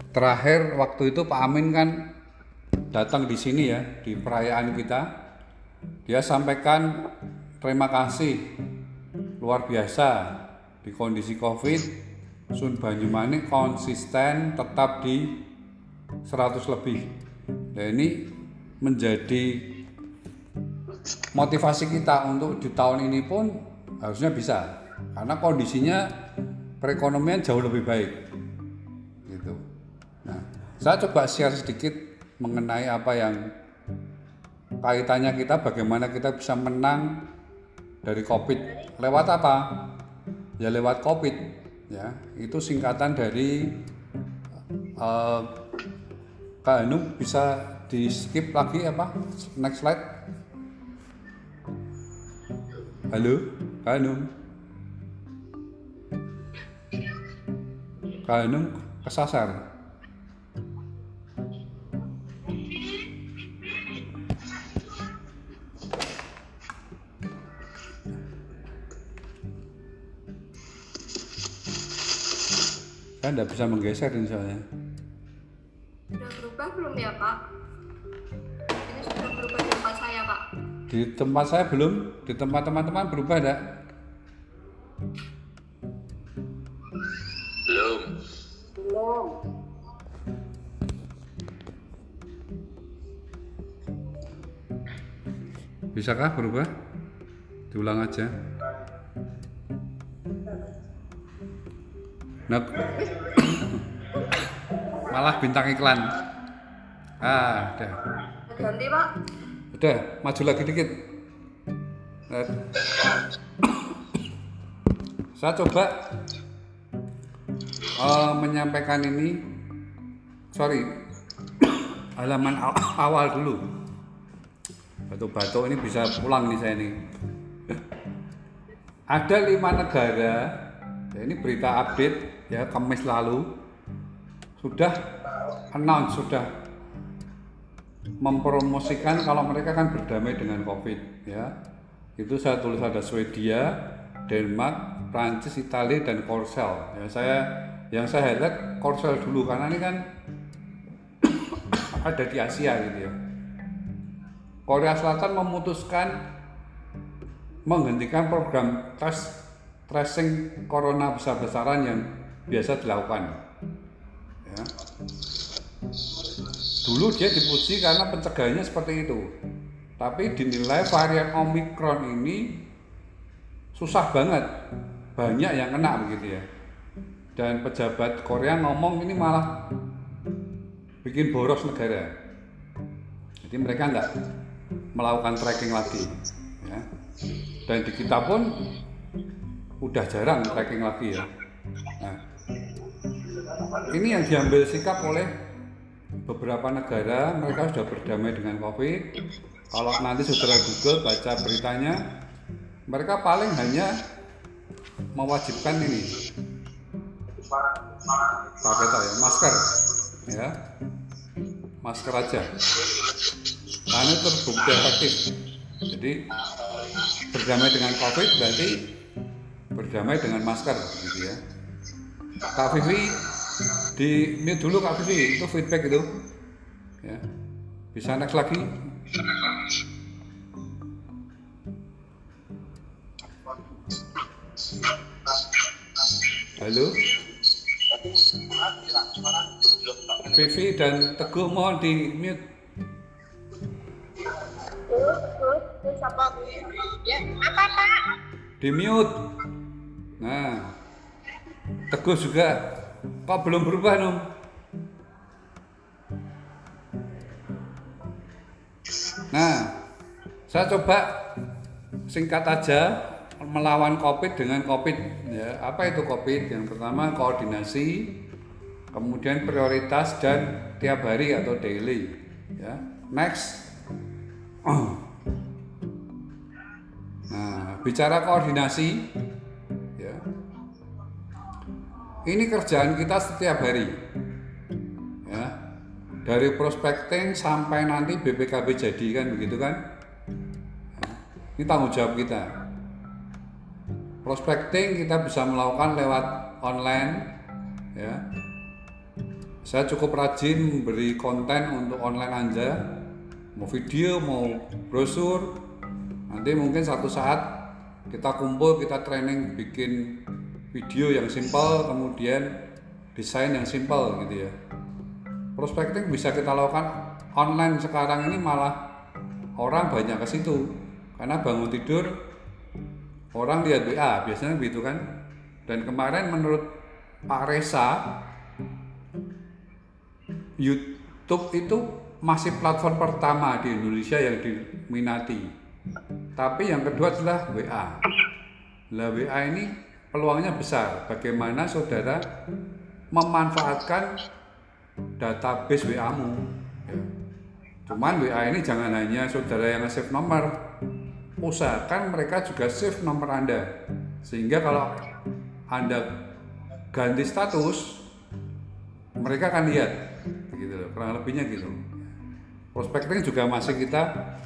terakhir waktu itu Pak Amin kan datang di sini ya, di perayaan kita. Dia sampaikan terima kasih luar biasa di kondisi Covid. Sun Banyumanik konsisten tetap di 100 lebih. Nah ini menjadi motivasi kita untuk di tahun ini pun harusnya bisa, karena kondisinya perekonomian jauh lebih baik gitu. Nah, saya coba share sedikit mengenai apa yang kaitannya kita, bagaimana kita bisa menang dari Covid. Lewat apa? Ya lewat Covid ya. Itu singkatan dari Kak Hanum, bisa di skip lagi apa? Next slide. Halo, Kak Hanum. Kak Hanum kesasar. Saya tidak bisa menggeser ini soalnya. Sudah berubah belum ya Pak? Ini sudah berubah di tempat saya Pak. Di tempat saya belum, di tempat teman-teman berubah enggak? Belum. Bisakah berubah? Diulang aja. Nah, malah bintang iklan. Udah. Ganti Pak. Udah, maju lagi dikit. Nah, saya coba menyampaikan ini. Sorry, halaman awal dulu. Batuk-batuk ini bisa pulang nih saya nih. Ada 5 negara, ya ini berita update ya, Kamis lalu sudah announce, sudah mempromosikan kalau mereka akan berdamai dengan Covid ya. Itu saya tulis ada Swedia, Denmark, Prancis, Italia dan Korsel. Ya, yang saya highlight Korsel dulu karena ini kan ada di Asia gitu ya. Korea Selatan memutuskan menghentikan program tracing corona besar-besaran yang biasa dilakukan. Ya. Dulu dia dipuji karena pencegahannya seperti itu, tapi dinilai varian Omicron ini susah banget, banyak yang kena begitu ya. Dan pejabat Korea ngomong ini malah bikin boros negara. Jadi mereka nggak melakukan tracking lagi ya. Dan di kita pun udah jarang tracking lagi ya. Nah, ini yang diambil sikap oleh beberapa negara, mereka sudah berdamai dengan Covid. Kalau nanti saudara Google baca beritanya, mereka paling hanya mewajibkan ini pakai masker ya, masker aja. Karena itu terbukti efektif. Jadi berdamai dengan Covid berarti berdamai dengan masker gitu ya. Kak Vivi di mute dulu Kak Vivi, itu feedback itu ya. Bisa next lagi. Halo Vivi dan Teguh, mohon di mute. Siapa? Ya, apa Pak? Di mute. Nah, Teguh juga. Kok belum berubah Num? Nah, saya coba singkat aja melawan Covid dengan Covid ya. Apa itu Covid? Yang pertama koordinasi, kemudian prioritas dan tiap hari atau daily ya. Next. Nah, bicara koordinasi ya. Ini kerjaan kita setiap hari ya. Dari prospecting sampai nanti BPKB jadi kan begitu kan. Ini tanggung jawab kita. Prospecting kita bisa melakukan lewat online ya. Saya cukup rajin beri konten untuk online aja, mau video, mau brosur. Nanti mungkin satu saat kita kumpul, kita training bikin video yang simple, kemudian desain yang simple gitu ya. Prospecting bisa kita lakukan online sekarang ini, malah orang banyak ke situ karena bangun tidur orang lihat WA, biasanya begitu kan. Dan kemarin menurut Pak Resa, YouTube itu masih platform pertama di Indonesia yang diminati. Tapi yang kedua adalah WA. Nah, WA ini peluangnya besar. Bagaimana saudara memanfaatkan database WA-mu. Ya. Cuman WA ini jangan hanya saudara yang nge-save nomor. Usahakan mereka juga save nomor Anda. Sehingga kalau Anda ganti status, mereka akan lihat. Gitu loh, kurang lebihnya gitu. Prospecting juga masih kita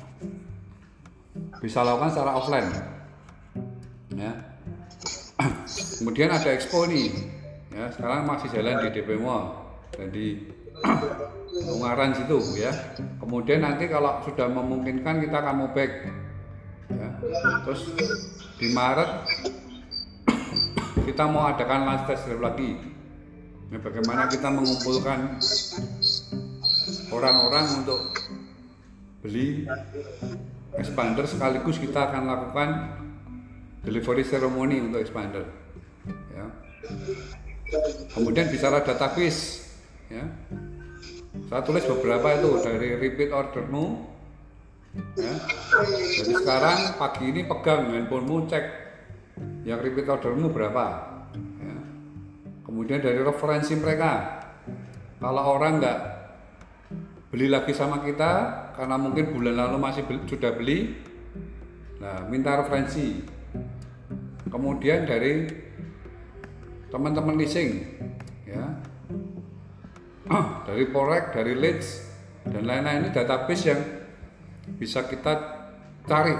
bisa lakukan secara offline ya. Kemudian ada expo nih ya, sekarang masih jalan di DP Mall dan di Ungaran situ ya. Kemudian nanti kalau sudah memungkinkan kita akan mau back ya. Terus di Maret kita mau adakan lunch test drive lagi ya, bagaimana kita mengumpulkan orang-orang untuk beli expander, sekaligus kita akan lakukan delivery ceremony untuk expander ya. Kemudian bicara database ya, saya tulis beberapa itu dari repeat ordermu ya. Jadi sekarang pagi ini pegang handphonemu, cek yang repeat ordermu berapa ya. Kemudian dari referensi mereka, kalau orang nggak beli lagi sama kita karena mungkin bulan lalu sudah beli, nah minta referensi. Kemudian dari teman-teman leasing ya, dari Forex, dari leads dan lain-lain, ini database yang bisa kita cari.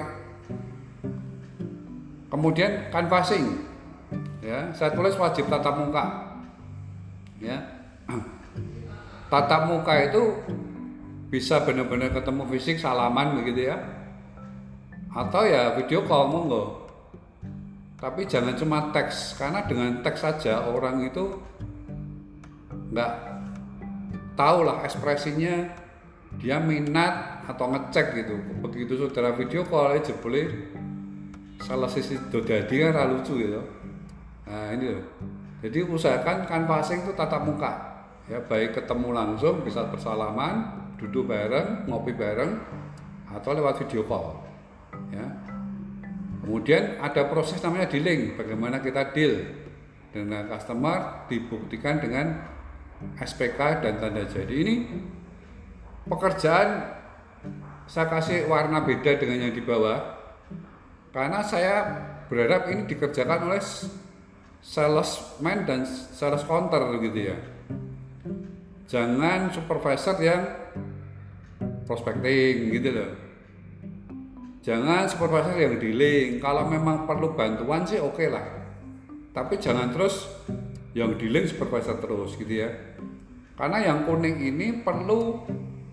Kemudian canvassing ya, saya tulis wajib tatap muka ya. Tatap muka itu bisa benar-benar ketemu fisik, salaman begitu ya, atau ya video call monggo. Tapi jangan cuma teks, karena dengan teks saja orang itu nggak tahu lah ekspresinya, dia minat atau ngecek gitu. Begitu saudara video call aja boleh salah sisi dodadi kan lucu gitu. Nah ini loh, jadi usahakan canvassing itu tatap muka ya, baik ketemu langsung bisa bersalaman, duduk bareng, ngopi bareng, atau lewat video call ya. Kemudian ada proses namanya dealing, bagaimana kita deal dengan customer, dibuktikan dengan SPK dan tanda jadi. Ini pekerjaan saya kasih warna beda dengan yang di bawah, karena saya berharap ini dikerjakan oleh salesman dan sales counter gitu ya. Jangan supervisor yang prospecting gitu loh. Jangan supervisor yang dealing. Kalau memang perlu bantuan sih oke lah. Tapi jangan terus yang dealing supervisor terus gitu ya. Karena yang kuning ini perlu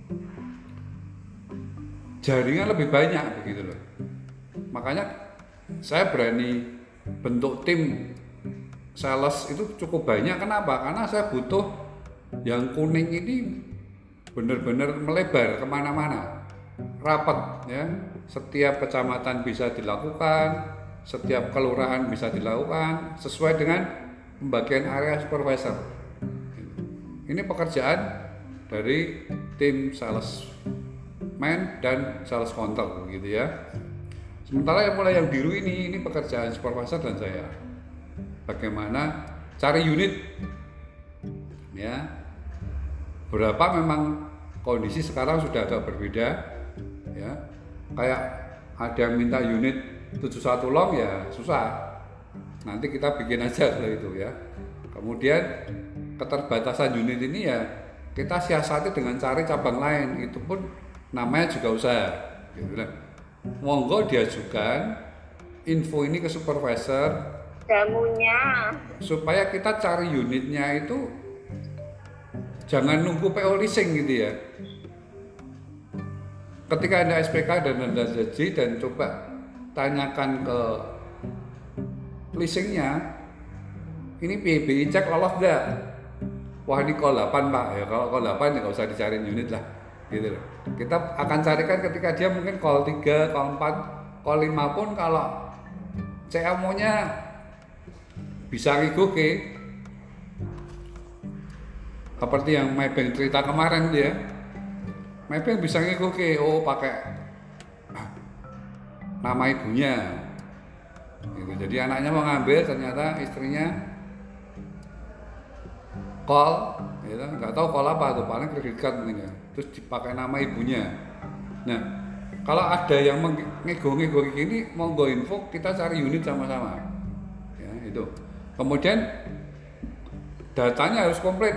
jaringan lebih banyak begitu loh. Makanya saya berani bentuk tim sales itu cukup banyak. Kenapa? Karena saya butuh yang kuning ini benar-benar melebar kemana-mana, rapat ya. Setiap kecamatan bisa dilakukan, setiap kelurahan bisa dilakukan sesuai dengan pembagian area supervisor. Ini pekerjaan dari tim salesman dan sales counter gitu ya. Sementara yang mulai yang biru ini pekerjaan supervisor dan saya. Bagaimana cari unit ya. Berapa memang kondisi sekarang sudah agak berbeda ya. Kayak ada yang minta unit 71 long ya susah. Nanti kita bikin aja kalau itu ya. Kemudian keterbatasan unit ini ya kita siasati dengan cari cabang lain, itu pun namanya juga usaha gitu lah. Monggo diajukan info ini ke supervisor jamunya supaya kita cari unitnya itu jangan nunggu PO leasing gitu ya. Ketika Anda SPK dan Anda janji dan coba tanyakan ke leasingnya, ini PBI cek lolos nggak? Wah ini call 8 Pak, ya kalau call 8 ya nggak usah dicariin unit lah, gitu loh. Kita akan carikan ketika dia mungkin call 3, call 4, call 5 pun kalau CMO-nya bisa ngikuti, seperti yang Maybank cerita kemarin dia, Maybank bisa ngikuti, oh pakai nama ibunya, gitu. Jadi anaknya mau ngambil, ternyata istrinya call, ya, nggak tahu call apa tuh, paling kredit card mungkin ya, terus dipakai nama ibunya. Nah, kalau ada yang ngego-ngego gini, monggo info, kita cari unit sama-sama, ya itu. Kemudian datanya harus komplit,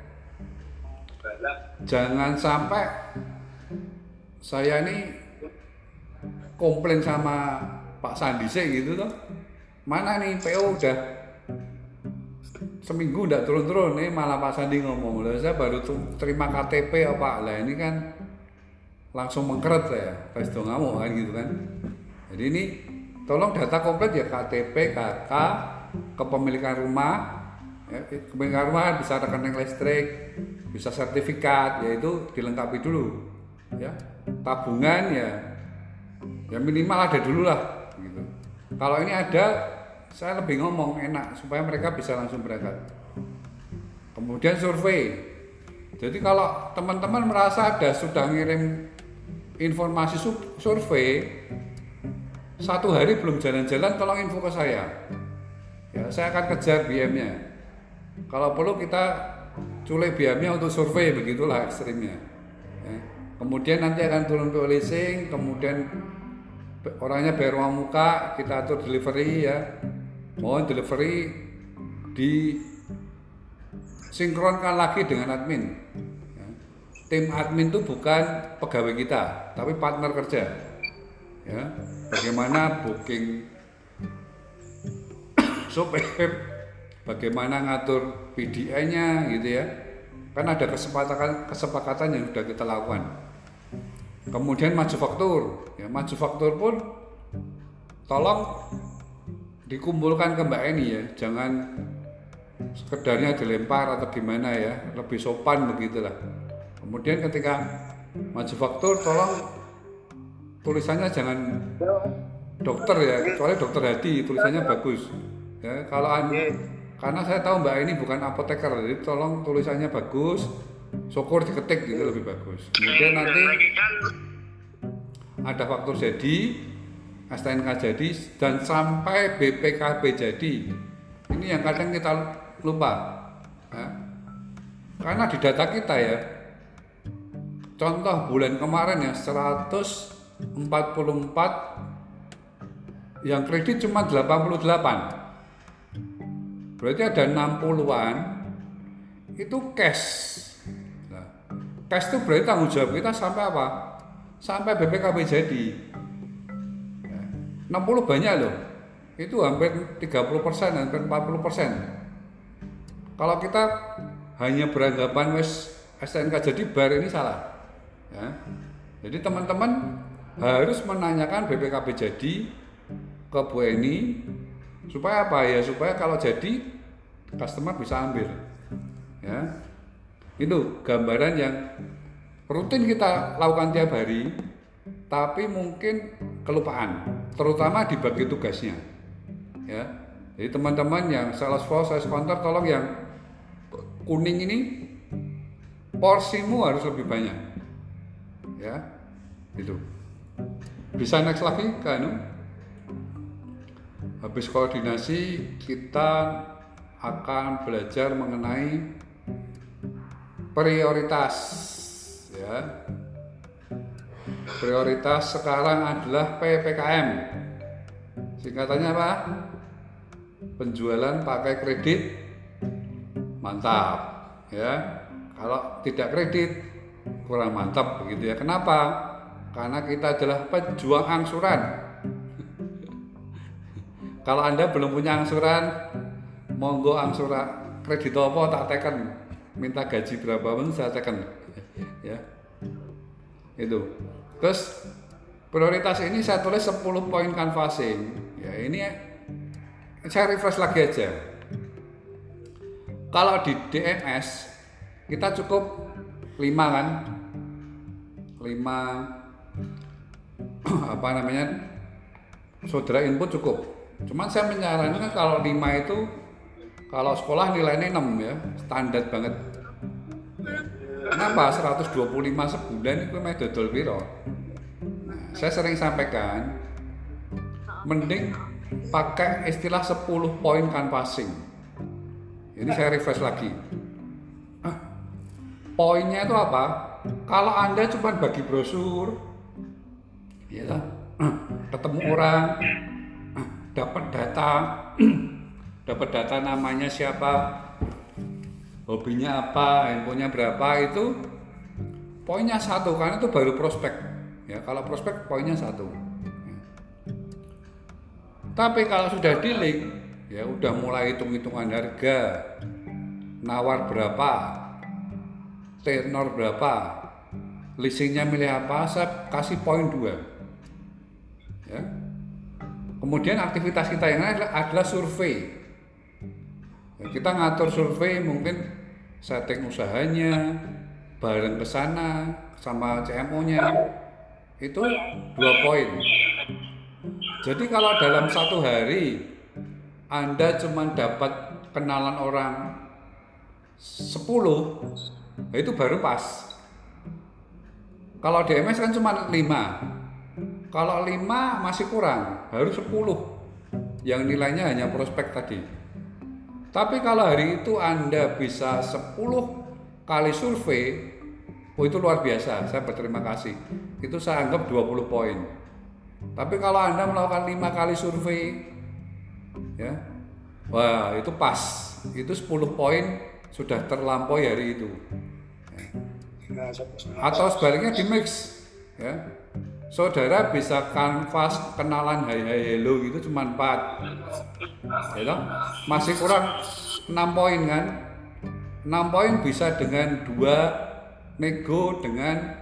jangan sampai saya ini komplain sama Pak Sandi sih gitu tuh, mana nih PO udah seminggu udah turun-turun nih, malah Pak Sandi ngomong, lah saya baru terima KTP apa, lah ini kan langsung mengkeret saya, pas dong ngamuk kan gitu kan. Jadi ini tolong data komplit ya, KTP, KK, kepemilikan rumah, ya, kepemilikan rumah bisa rekening listrik, bisa sertifikat, yaitu dilengkapi dulu, ya. Tabungan ya minimal ada dulu lah, gitu. Kalau ini ada, saya lebih ngomong enak supaya mereka bisa langsung berangkat. Kemudian survei. Jadi kalau teman-teman merasa ada sudah ngirim informasi survei, 1 hari belum jalan-jalan, tolong info ke saya. Ya, saya akan kejar BM-nya. Kalau perlu kita culik BM-nya untuk survei, begitulah ekstrimnya. Ya. Kemudian nanti akan turun PO leasing, kemudian orangnya bayar uang muka, kita atur delivery ya. Mohon delivery disinkronkan lagi dengan admin. Ya. Tim admin itu bukan pegawai kita, tapi partner kerja. Ya. Bagaimana booking sopir, bagaimana ngatur PDI-nya gitu ya. Kan ada kesepakatan yang sudah kita lakukan. Kemudian maju faktur, ya maju faktur pun tolong dikumpulkan ke Mbak Eni ya, jangan sekedarnya dilempar atau gimana ya, lebih sopan begitulah. Kemudian ketika maju faktur tolong tulisannya jangan dokter ya, kecuali dokter Hadi tulisannya bagus. Ya, karena saya tahu Mbak Eni bukan apoteker, jadi tolong tulisannya bagus. Syukur diketik gitu lebih bagus. Kemudian nanti ada faktur jadi, STNK jadi, dan sampai BPKB jadi. Ini yang kadang kita lupa, ya. Karena di data kita ya, contoh bulan kemarin ya 144, yang kredit cuma 88. Berarti ada 60-an itu cash. Cash itu berarti tanggung jawab kita sampai apa? Sampai BPKB jadi. 60 banyak loh. Itu hampir 30%, hampir 40%. Kalau kita hanya beranggapan wes STNK jadi bar, ini salah. Ya. Jadi teman-teman harus menanyakan BPKB jadi ke Bu Eni supaya apa ya? Supaya kalau jadi customer bisa ambil. Ya. Itu gambaran yang rutin kita lakukan tiap hari, tapi mungkin kelupaan, terutama di bagi tugasnya. Ya, jadi teman-teman yang Salesforce, sales counter, tolong yang kuning ini porsimu harus lebih banyak. Ya, itu. Bisa next lagi, Kak Anu. Habis koordinasi kita akan belajar mengenai prioritas, ya. Prioritas sekarang adalah PPKM. Singkatannya apa? Penjualan pakai kredit mantap, ya. Kalau tidak kredit kurang mantap begitu ya. Kenapa? Karena kita adalah pejuang angsuran. Kalau Anda belum punya angsuran, monggo angsuran kredit apa tak teken. minta gaji berapa pun saya tekan ya. Itu. Terus prioritas ini saya tulis 10 poin canvassing. Ya, ini saya refresh lagi aja. Kalau di DMS kita cukup 5 kan? 5 apa namanya? Saudara input cukup. Cuman saya menyarankan kalau 5 itu kalau sekolah nilainya 6 ya, standar banget. Kenapa 125 sebulan itu meh dodol piro? Nah, saya sering sampaikan mending pakai istilah 10 poin canvassing. Ini saya refresh lagi. Poinnya itu apa? Kalau Anda cuma bagi brosur, ya, ketemu orang, dapat data namanya siapa, hobinya apa, handphonenya berapa, itu poinnya 1 karena itu baru prospek ya. Kalau prospek poinnya 1 ya. Tapi kalau sudah di link ya udah mulai hitung-hitungan harga, nawar berapa, tenor berapa, leasingnya milih apa, saya kasih poin 2 ya. Kemudian aktivitas kita yang lain adalah survei. Kita ngatur survei, mungkin setting usahanya, bareng ke sana sama CMO-nya, itu 2 poin. Jadi kalau dalam 1 hari Anda cuma dapat kenalan orang 10, itu baru pas. Kalau DMS kan cuma 5. Kalau 5 masih kurang, harus 10 yang nilainya hanya prospek tadi. Tapi kalau hari itu Anda bisa 10 kali survei, oh itu luar biasa, saya berterima kasih. Itu saya anggap 20 poin. Tapi kalau Anda melakukan 5 kali survei, ya, wah itu pas. Itu 10 poin sudah terlampaui hari itu. Atau sebaliknya di mix, ya. Saudara bisa kanvas kenalan hai hello itu cuma 4, ya, masih kurang 6 poin kan. 6 poin bisa dengan 2 nego dengan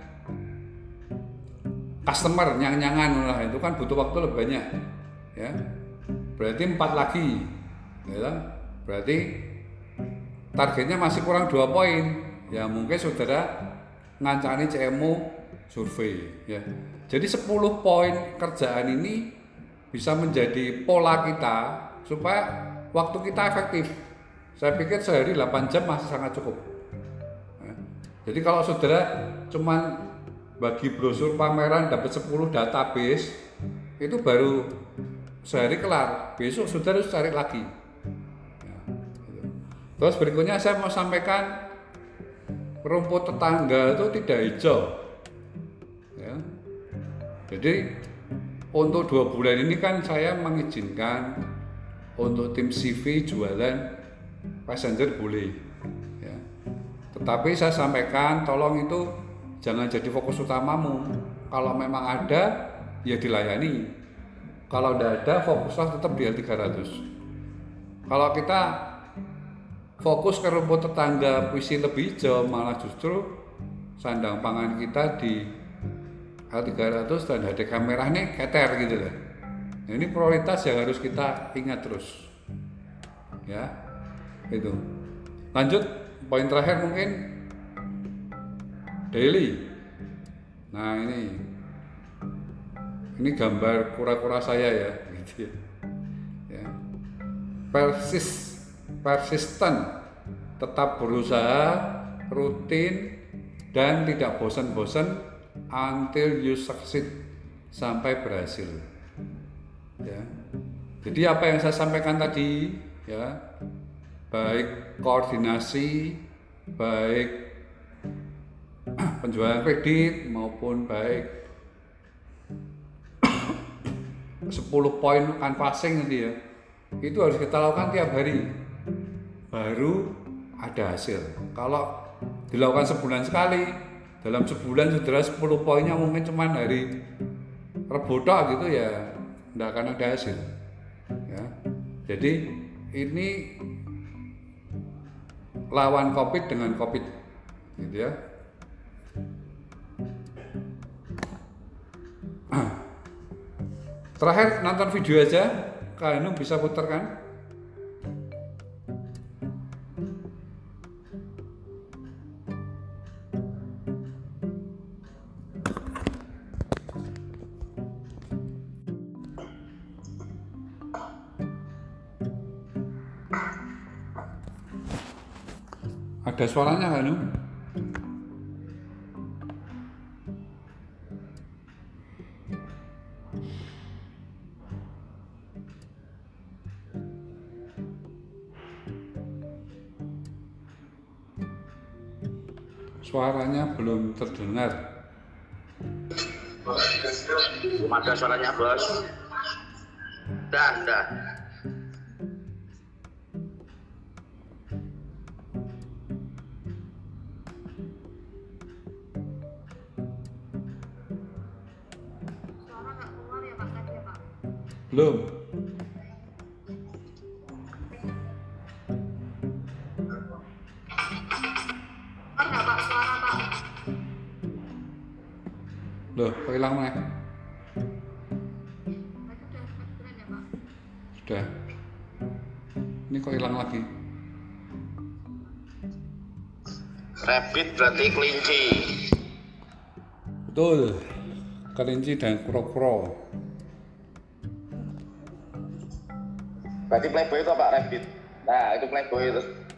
customer nyang-nyangan lah, itu kan butuh waktu lebih banyak ya. Berarti 4 lagi ya. Berarti targetnya masih kurang 2 poin ya, mungkin saudara ngancani CMO survei ya. Jadi 10 poin kerjaan ini bisa menjadi pola kita supaya waktu kita efektif. Saya pikir sehari 8 jam masih sangat cukup ya. Jadi kalau saudara cuman bagi brosur pameran dapat 10 database, itu baru sehari kelar. Besok saudara harus cari lagi ya, gitu. Terus berikutnya saya mau sampaikan rumput tetangga itu tidak hijau ya. Jadi untuk 2 bulan ini kan saya mengizinkan untuk tim CV jualan passenger boleh ya. Tetapi saya sampaikan tolong itu jangan jadi fokus utamamu. Kalau memang ada ya dilayani. Kalau tidak ada fokuslah tetap di L300. Kalau kita fokus ke rumput tetangga puisi lebih hijau, malah justru sandang pangan kita di L300 dan HDK merah ini keter gitu loh. Nah, ini prioritas yang harus kita ingat terus ya. Itu lanjut poin terakhir mungkin daily. Nah ini gambar kura-kura saya ya gitu ya. Persisten, tetap berusaha, rutin dan tidak bosan-bosan until you succeed, sampai berhasil ya. Jadi apa yang saya sampaikan tadi ya, baik koordinasi, baik penjualan kredit maupun baik 10 poin canvassing nanti ya, itu harus kita lakukan tiap hari baru ada hasil. Kalau dilakukan sebulan sekali, dalam sebulan saudara 10 poinnya mungkin cuma hari Rebo gitu ya, tidak akan ada hasil ya. Jadi ini lawan COVID dengan COVID, gitu ya. Terakhir nonton video aja, Kak Hanum bisa putar kan? Ada suaranya Kak Hanum? Suaranya belum terdengar. Belum ada suaranya, Bos. Dah. Suara nggak keluar ya Pak tadi ya Pak? Belum. Keluar nggak Pak suara Pak? Loh, kok hilang mana? Tadi udah kedengeran ya Pak? Sudah. Ini kok hilang lagi? Rabbit berarti kelinci. Betul. Kelinci dan kuro-kuro. Berarti playboy itu Pak, rabbit. Nah, itu playboy itu.